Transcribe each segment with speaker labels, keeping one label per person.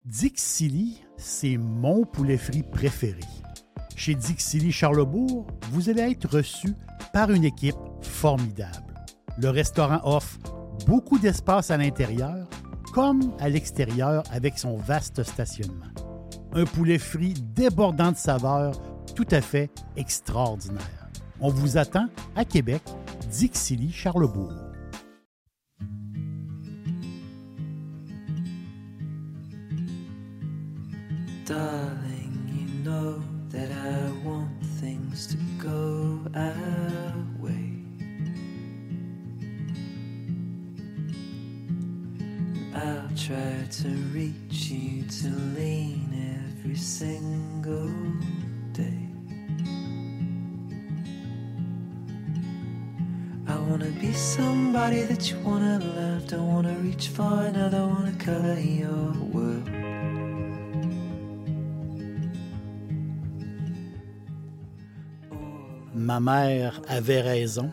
Speaker 1: Dixili, c'est mon poulet frit préféré. Chez Dixili Charlebourg, vous allez être reçu par une équipe formidable. Le restaurant offre beaucoup d'espace à l'intérieur comme à l'extérieur avec son vaste stationnement. Un poulet frit débordant de saveurs tout à fait extraordinaire. On vous attend à Québec, Dixili Charlebourg.
Speaker 2: Darling, you know that I want things to go our way. I'll try to reach you to lean every single day. I wanna be somebody that you wanna love. Don't wanna reach for another, wanna color your world.
Speaker 1: Ma mère avait raison.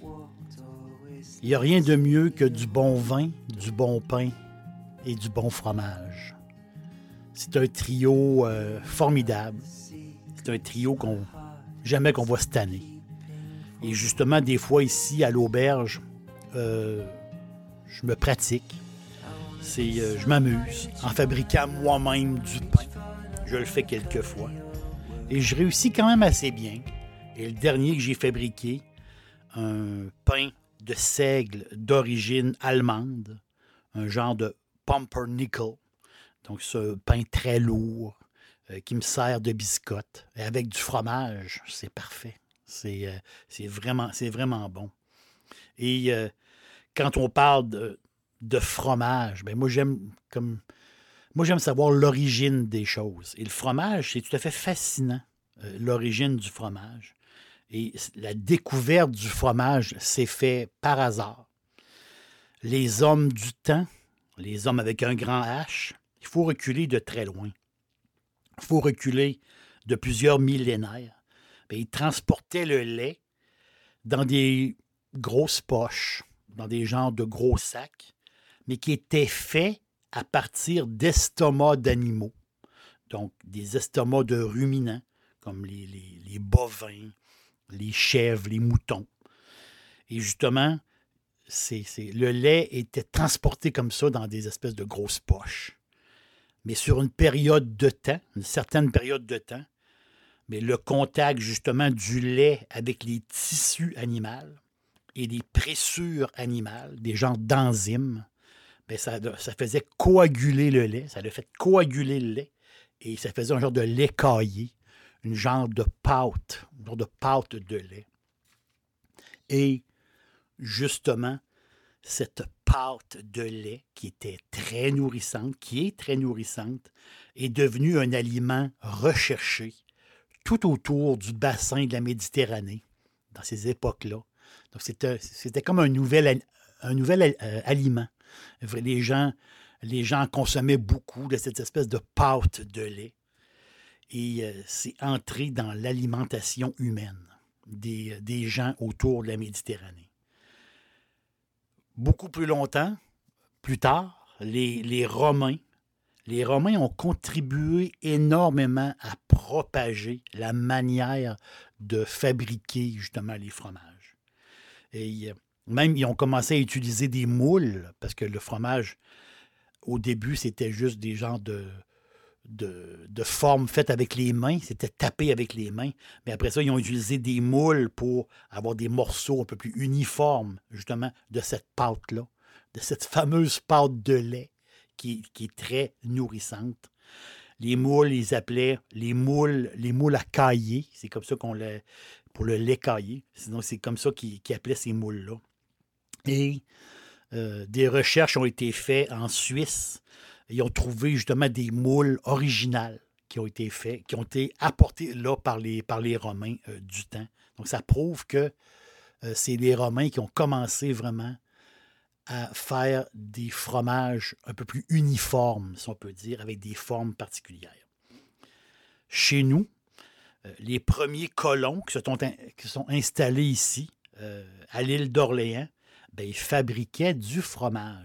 Speaker 1: Il n'y a rien de mieux que du bon vin, du bon pain et du bon fromage. C'est un trio formidable. C'est un trio jamais qu'on va se tanner. Et justement, des fois ici, à l'auberge, je me pratique. Je m'amuse en fabriquant moi-même du pain. Je le fais quelques fois. Et je réussis quand même assez bien. Et le dernier que j'ai fabriqué, un pain de seigle d'origine allemande, un genre de pumpernickel. Donc, ce pain très lourd qui me sert de biscotte. Et avec du fromage, c'est parfait. C'est vraiment bon. Et quand on parle de fromage, ben moi, j'aime savoir l'origine des choses. Et le fromage, c'est tout à fait fascinant, l'origine du fromage. Et la découverte du fromage s'est faite par hasard. Les hommes du temps, les hommes avec un grand H, il faut reculer de très loin. Il faut reculer de plusieurs millénaires. Bien, ils transportaient le lait dans des grosses poches, dans des genres de gros sacs, mais qui étaient faits à partir d'estomacs d'animaux. Donc, des estomacs de ruminants, comme les bovins, les chèvres, les moutons. Et justement, le lait était transporté comme ça dans des espèces de grosses poches. Mais sur une période de temps, une certaine période de temps, mais le contact justement du lait avec les tissus animaux et les pressures animales, des genres d'enzymes, bien, ça faisait coaguler le lait. Ça l'a fait coaguler le lait et ça faisait un genre de lait caillé. Une genre de pâte de lait. Et justement, cette pâte de lait qui est très nourrissante, est devenue un aliment recherché tout autour du bassin de la Méditerranée, dans ces époques-là. Donc, c'était comme un nouvel aliment. Les gens consommaient beaucoup de cette espèce de pâte de lait. Et c'est entré dans l'alimentation humaine des gens autour de la Méditerranée. Beaucoup plus tard, les Romains ont contribué énormément à propager la manière de fabriquer justement les fromages. Et même, ils ont commencé à utiliser des moules, parce que le fromage, au début, c'était juste des genres de formes faites avec les mains, c'était tapé avec les mains. Mais après ça, ils ont utilisé des moules pour avoir des morceaux un peu plus uniformes, justement, de cette pâte-là, de cette fameuse pâte de lait qui est très nourrissante. Les moules, ils appelaient les moules à cailler. C'est comme ça pour le lait caillé. Sinon, c'est comme ça qu'ils appelaient ces moules-là. Et des recherches ont été faites en Suisse. Ils ont trouvé justement des moules originales qui ont été apportés là par les Romains du temps. Donc, ça prouve que c'est les Romains qui ont commencé vraiment à faire des fromages un peu plus uniformes, si on peut dire, avec des formes particulières. Chez nous, les premiers colons qui se sont installés ici, à l'île d'Orléans, bien, ils fabriquaient du fromage.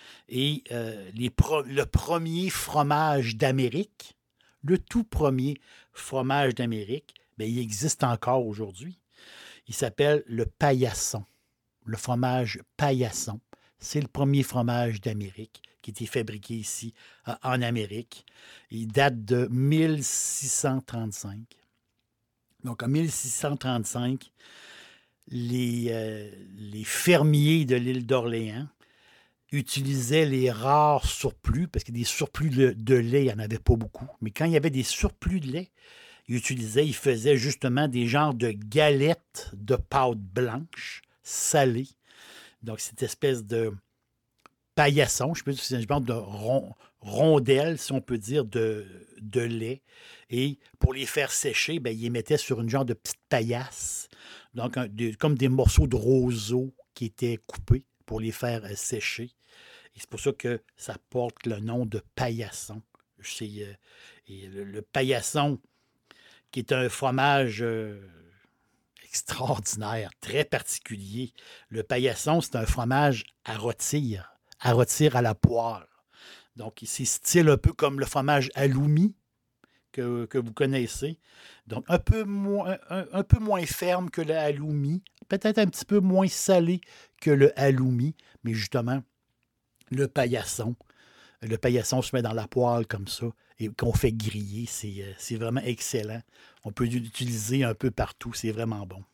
Speaker 1: Et le premier fromage d'Amérique, le tout premier fromage d'Amérique, bien, il existe encore aujourd'hui. Il s'appelle le paillasson. Le fromage paillasson. C'est le premier fromage d'Amérique qui a été fabriqué ici en Amérique. Il date de 1635. Donc, en 1635, les fermiers de l'île d'Orléans utilisaient les rares surplus, parce que des surplus de lait, il n'y en avait pas beaucoup. Mais quand il y avait des surplus de lait, ils faisaient justement des genres de galettes de pâte blanche, salée. Donc, cette espèce de paillasson, je peux dire, c'est un genre de rondelle, si on peut dire, de lait. Et pour les faire sécher, bien, ils les mettaient sur une genre de petite paillasse, donc comme des morceaux de roseau qui étaient coupés pour les faire sécher. Et c'est pour ça que ça porte le nom de paillasson. Et le paillasson, qui est un fromage extraordinaire, très particulier. Le paillasson, c'est un fromage à rôtir à la poêle. Donc, c'est style un peu comme le fromage halloumi que vous connaissez. Donc, un peu moins ferme que le halloumi, peut-être un petit peu moins salé que le halloumi, mais justement, le paillasson se met dans la poêle comme ça et qu'on fait griller. C'est vraiment excellent. On peut l'utiliser un peu partout. C'est vraiment bon.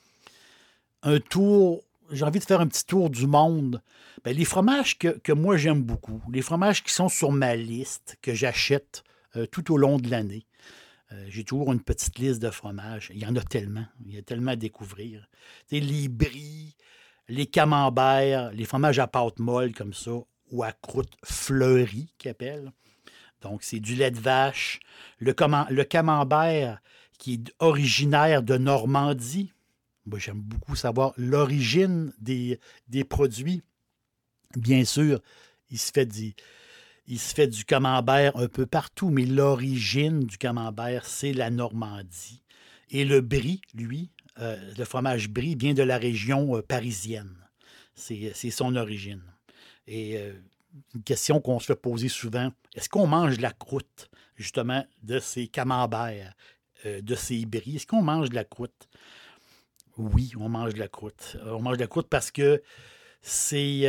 Speaker 1: J'ai envie de faire un petit tour du monde. Bien, les fromages que moi j'aime beaucoup, les fromages qui sont sur ma liste, que j'achète tout au long de l'année. J'ai toujours une petite liste de fromages. Il y en a tellement. Il y a tellement à découvrir. Tu sais, les brie, les camemberts, les fromages à pâte molle comme ça, ou à croûte fleurie, qu'ils appellent. Donc, c'est du lait de vache. Le camembert, qui est originaire de Normandie. Moi, j'aime beaucoup savoir l'origine des produits. Bien sûr, il se fait du camembert un peu partout, mais l'origine du camembert, c'est la Normandie. Et le brie, lui, le fromage brie, vient de la région parisienne. C'est son origine. Et une question qu'on se fait poser souvent, est-ce qu'on mange de la croûte, justement, de ces camemberts, de ces bries? Est-ce qu'on mange de la croûte? Oui, on mange de la croûte. On mange de la croûte parce que c'est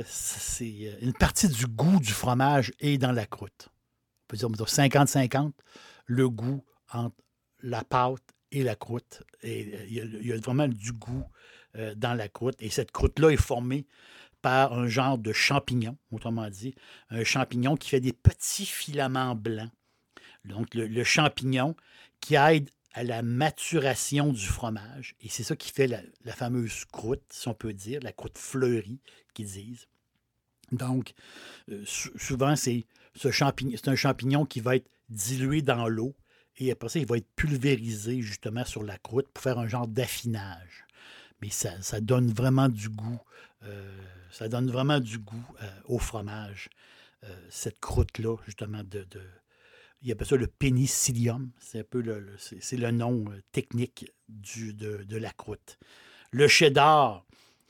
Speaker 1: une partie du goût du fromage est dans la croûte. On peut dire 50-50, le goût entre la pâte et la croûte. Et il y a vraiment du goût dans la croûte. Et cette croûte-là est formée par un genre de champignon, autrement dit, un champignon qui fait des petits filaments blancs. Donc, le champignon qui aide à la maturation du fromage. Et c'est ça qui fait la fameuse croûte, si on peut dire, la croûte fleurie, qu'ils disent. Donc, souvent, c'est un champignon qui va être dilué dans l'eau et après ça, il va être pulvérisé justement sur la croûte pour faire un genre d'affinage. Mais ça donne vraiment du goût. Ça donne vraiment du goût au fromage. Cette croûte-là, justement, il appelle ça le pénicillium. C'est un peu c'est le nom technique de la croûte. Le cheddar,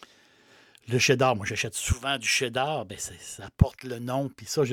Speaker 1: moi j'achète souvent du cheddar, ben ça porte le nom. Puis ça, je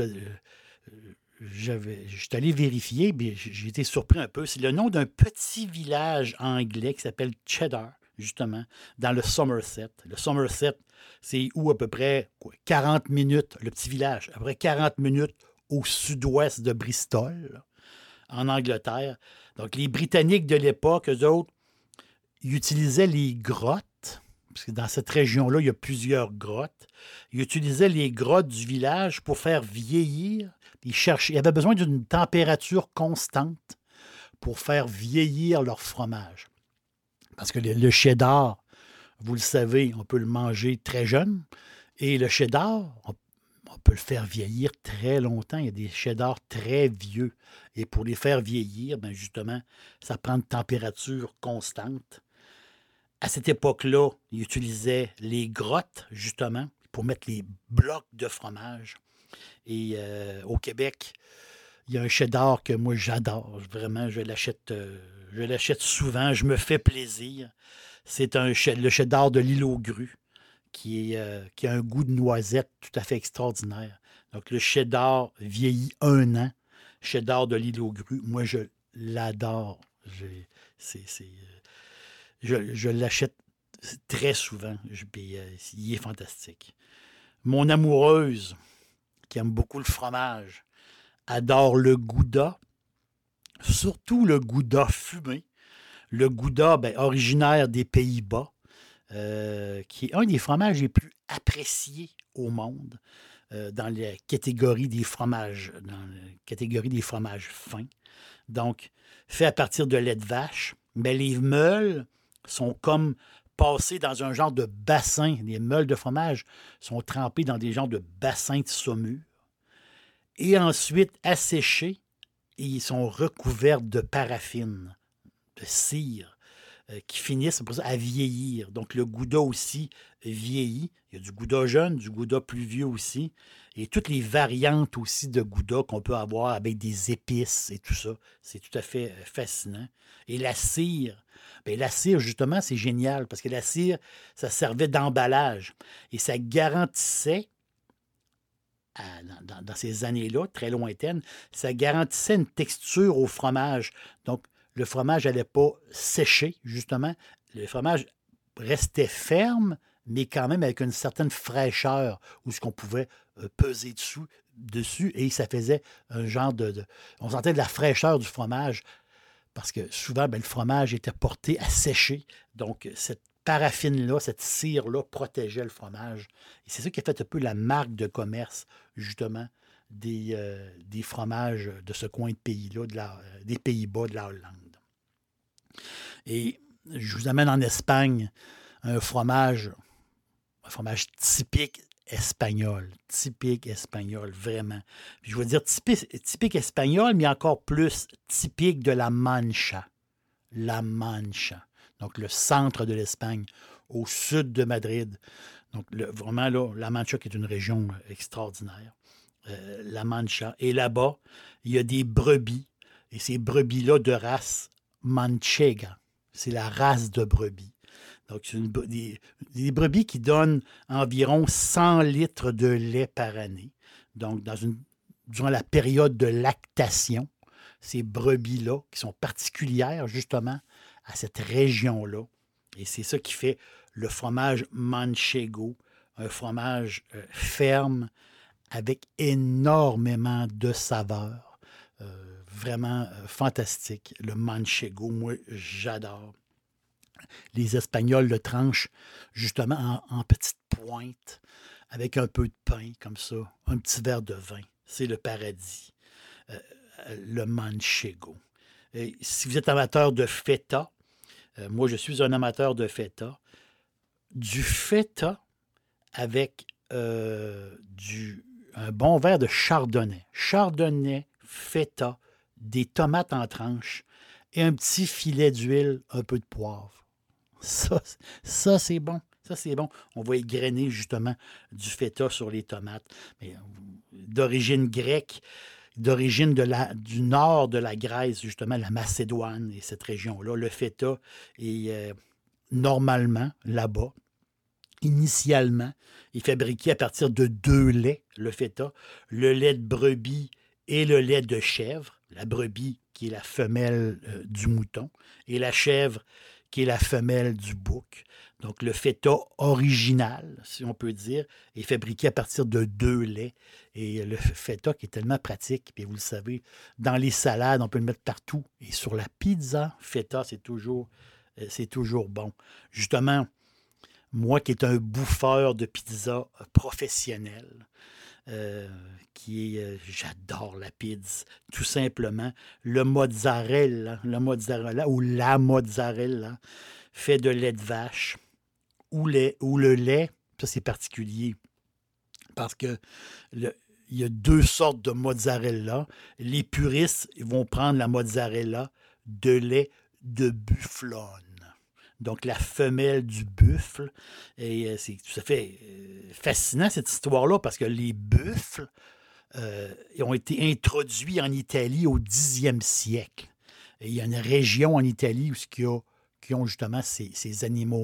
Speaker 1: suis allé vérifier, mais j'ai été surpris un peu. C'est le nom d'un petit village anglais qui s'appelle Cheddar, justement, dans le Somerset. Le Somerset, c'est où à peu près 40 minutes, le petit village, à peu près 40 minutes au sud-ouest de Bristol, en Angleterre. Donc, les Britanniques de l'époque, eux autres, ils utilisaient les grottes, parce que dans cette région-là, il y a plusieurs grottes. Ils utilisaient les grottes du village pour faire vieillir. Ils avaient besoin d'une température constante pour faire vieillir leur fromage. Parce que le cheddar, vous le savez, on peut le manger très jeune. Et le cheddar, on peut le faire vieillir très longtemps. Il y a des cheddars très vieux. Et pour les faire vieillir, bien justement, ça prend une température constante. À cette époque-là, ils utilisaient les grottes, justement, pour mettre les blocs de fromage. Et au Québec, il y a un cheddar que moi, j'adore. Vraiment, je l'achète souvent. Je me fais plaisir. C'est le cheddar de l'Île aux Grues, qui a un goût de noisette tout à fait extraordinaire. Donc, le cheddar vieillit 1 an. Cheddar de l'île aux grues, moi, je l'adore. Je l'achète très souvent. Puis, il est fantastique. Mon amoureuse, qui aime beaucoup le fromage, adore le Gouda, surtout le Gouda fumé. Le Gouda, originaire des Pays-Bas, qui est un des fromages les plus appréciés au monde dans la catégorie des fromages, fins. Donc, fait à partir de lait de vache. Mais les meules sont comme passés dans un genre de bassin. Les meules de fromage sont trempées dans des genres de bassins de saumure. Et ensuite, asséchés, et ils sont recouverts de paraffine, de cire, qui finissent à vieillir. Donc, le Gouda aussi vieillit. Il y a du Gouda jeune, du Gouda plus vieux aussi. Et toutes les variantes aussi de Gouda qu'on peut avoir avec des épices et tout ça. C'est tout à fait fascinant. Et la cire, justement, c'est génial parce que la cire, ça servait d'emballage. Et ça garantissait, dans ces années-là, très lointaines, ça garantissait une texture au fromage. Donc, le fromage n'allait pas sécher, justement. Le fromage restait ferme, mais quand même avec une certaine fraîcheur, où ce qu'on pouvait peser dessus, et ça faisait un genre on sentait de la fraîcheur du fromage, parce que souvent, le fromage était porté à sécher. Donc, cette paraffine-là, cette cire-là protégeait le fromage. Et c'est ça qui a fait un peu la marque de commerce, justement, des fromages de ce coin de pays-là, des Pays-Bas, de la Hollande. Et je vous amène en Espagne un fromage typique espagnol, vraiment. Puis je vais dire typique espagnol, mais encore plus typique de la Mancha. La Mancha. Donc, le centre de l'Espagne, au sud de Madrid. Donc, vraiment, là, la Mancha qui est une région extraordinaire. La Mancha. Et là-bas, il y a des brebis. Et ces brebis-là de race manchega. C'est la race de brebis. Donc, c'est des brebis qui donnent environ 100 litres de lait par année. Donc, durant la période de lactation, ces brebis-là, qui sont particulières justement à cette région-là, et c'est ça qui fait le fromage manchego, un fromage ferme avec énormément de saveurs. Vraiment fantastique. Le manchego, moi, j'adore. Les Espagnols le tranchent justement en petites pointes, avec un peu de pain, comme ça, un petit verre de vin. C'est le paradis. Le manchego. Et si vous êtes amateur de feta, moi, je suis un amateur de feta. Du feta avec un bon verre de chardonnay. Chardonnay, feta, des tomates en tranches et un petit filet d'huile, un peu de poivre. Ça c'est bon. Ça, c'est bon. On va égrener justement du feta sur les tomates. Mais, d'origine grecque, d'origine du nord de la Grèce, justement, la Macédoine et cette région-là. Le feta est normalement, là-bas, initialement, est fabriqué à partir de 2 laits, le feta. Le lait de brebis et le lait de chèvre. La brebis qui est la femelle du mouton et la chèvre qui est la femelle du bouc. Donc, le feta original, si on peut dire, est fabriqué à partir de 2 laits. Et le feta qui est tellement pratique, puis vous le savez, dans les salades, on peut le mettre partout. Et sur la pizza, feta, c'est toujours bon. Justement, moi qui est un bouffeur de pizza professionnel, j'adore la pizza, tout simplement. Le mozzarella ou la mozzarella fait de lait de vache ou le lait, ça c'est particulier parce que il y a 2 sortes de mozzarella. Les puristes vont prendre la mozzarella de lait de bufflone. Donc, la femelle du buffle. Et c'est tout à fait fascinant, cette histoire-là, parce que les buffles ont été introduits en Italie au 10e siècle. Et il y a une région en Italie qui ont justement ces animaux-là.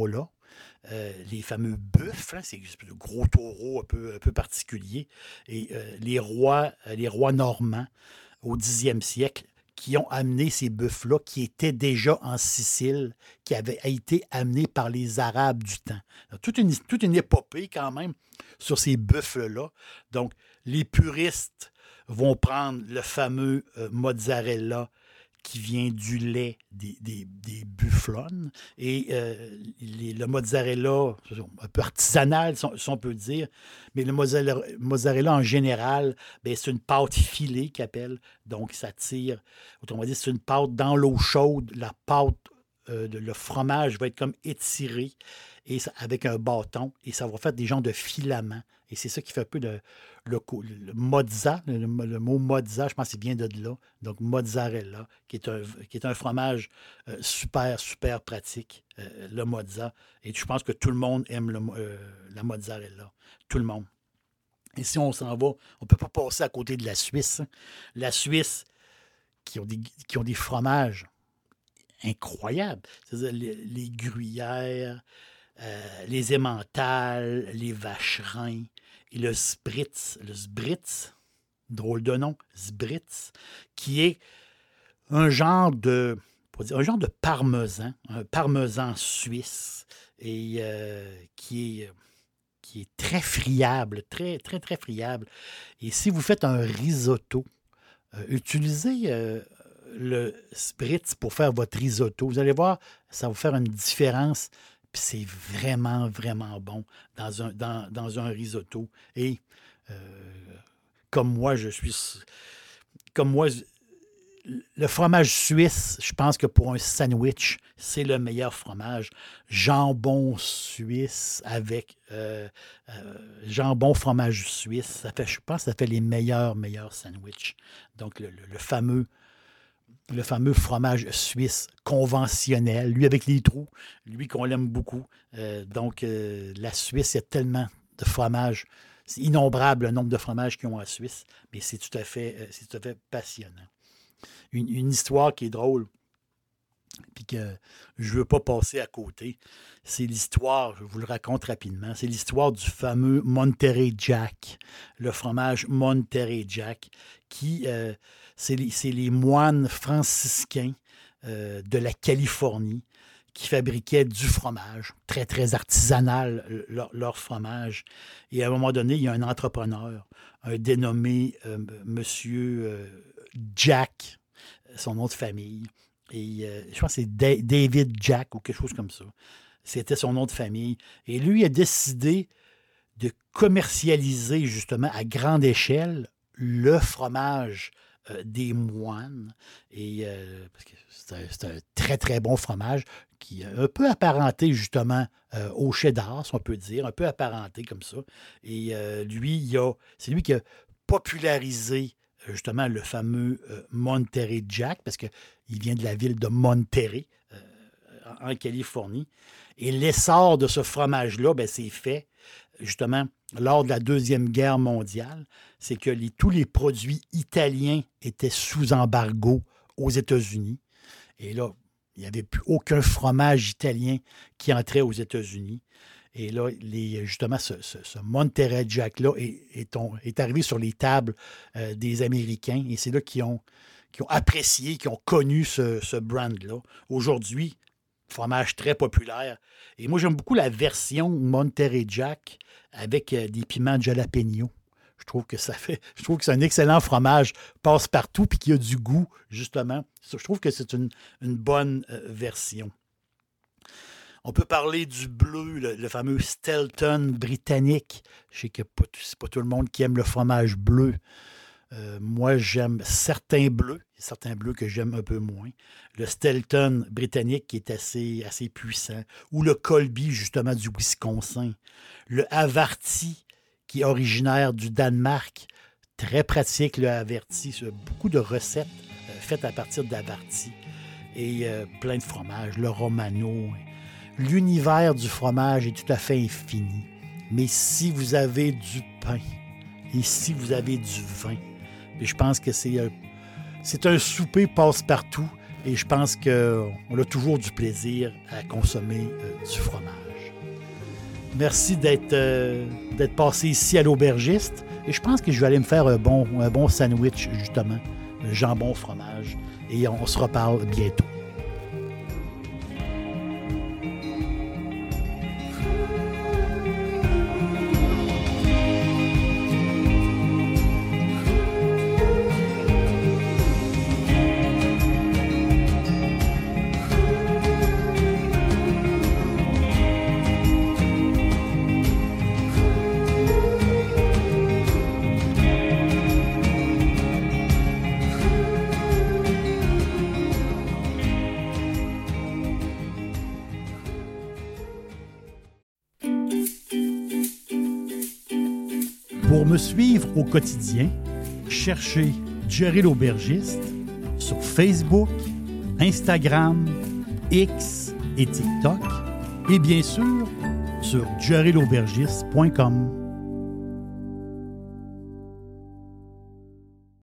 Speaker 1: les fameux buffles, hein, c'est de gros taureaux un peu particuliers, et les rois normands au 10e siècle qui ont amené ces buffles-là, qui étaient déjà en Sicile, qui avaient été amenés par les Arabes du temps. Donc, toute une épopée quand même sur ces buffles-là. Donc, les puristes vont prendre le fameux mozzarella qui vient du lait des bufflonnes. Et le mozzarella, un peu artisanal, si on peut dire, mais le mozzarella en général, bien, c'est une pâte filée qu'ils appellent. Donc, ça tire, autrement dit, c'est une pâte dans l'eau chaude. La pâte, le fromage va être comme étiré et avec un bâton, et ça va faire des genres de filaments. Et c'est ça qui fait un peu le mozza, le mot mozza, je pense que c'est bien de là. Donc, mozzarella, qui est un fromage super, super pratique, le mozza. Et je pense que tout le monde aime la mozzarella. Tout le monde. Et si on s'en va, on ne peut pas passer à côté de la Suisse. Hein. La Suisse, qui ont des fromages incroyables. C'est-à-dire les gruyères, les emmentales, les vacherins et le spritz, drôle de nom, spritz, qui est un genre de parmesan, un parmesan suisse, et qui est très friable, très, très, très friable. Et si vous faites un risotto, utilisez le spritz pour faire votre risotto. Vous allez voir, ça va vous faire une différence. Puis c'est vraiment, vraiment bon dans un risotto. Et comme moi, le fromage suisse, je pense que pour un sandwich, c'est le meilleur fromage. Jambon suisse avec jambon fromage suisse, je pense que ça fait les meilleurs sandwichs. Donc le fameux fromage suisse conventionnel, lui avec les trous, lui qu'on aime beaucoup. La Suisse, il y a tellement de fromages. C'est innombrable le nombre de fromages qu'ils ont en Suisse, mais c'est tout à fait passionnant. Une histoire qui est drôle, puis que je ne veux pas passer à côté, c'est l'histoire, je vous le raconte rapidement, c'est l'histoire du fameux Monterey Jack, le fromage Monterey Jack, qui, c'est les moines franciscains de la Californie qui fabriquaient du fromage, très, très artisanal, leur fromage. Et à un moment donné, il y a un entrepreneur, un dénommé Monsieur Jack, son nom de famille, et je pense que c'est David Jack ou quelque chose comme ça. C'était son nom de famille. Et lui a décidé de commercialiser justement à grande échelle le fromage des moines. Et parce que c'est un très, très bon fromage qui est un peu apparenté justement au cheddar, si on peut dire, un peu apparenté comme ça. Et c'est lui qui a popularisé justement le fameux Monterey Jack, parce qu'il vient de la ville de Monterey, en Californie. Et l'essor de ce fromage-là, ben, c'est fait justement lors de la Deuxième Guerre mondiale. C'est que tous les produits italiens étaient sous embargo aux États-Unis. Et là, il n'y avait plus aucun fromage italien qui entrait aux États-Unis. Et là, justement, ce Monterey Jack-là est arrivé sur les tables des Américains. Et c'est là qu'ils ont apprécié, qui ont connu ce brand-là. Aujourd'hui, fromage très populaire. Et moi, j'aime beaucoup la version Monterey Jack avec des piments de jalapeno. Je trouve que c'est un excellent fromage, passe partout, puis qui a du goût, justement. Je trouve que c'est une bonne version. On peut parler du bleu, le fameux Stelton britannique. Je sais que c'est pas tout le monde qui aime le fromage bleu. Moi, j'aime certains bleus que j'aime un peu moins. Le Stelton britannique qui est assez puissant. Ou le Colby, justement, du Wisconsin. Le Havarti, qui est originaire du Danemark. Très pratique, le Havarti. Beaucoup de recettes faites à partir d'Havarti. Et plein de fromages. Le Romano. L'univers du fromage est tout à fait infini. Mais si vous avez du pain et si vous avez du vin, je pense que c'est un souper passe-partout et je pense qu'on a toujours du plaisir à consommer du fromage. Merci d'être passé ici à l'Aubergiste. Et je pense que je vais aller me faire un bon sandwich, justement, jambon, fromage. Et on se reparle bientôt. Pour me suivre au quotidien, cherchez Jerry l'Aubergiste sur Facebook, Instagram, X et TikTok et bien sûr sur jerrylaubergiste.com.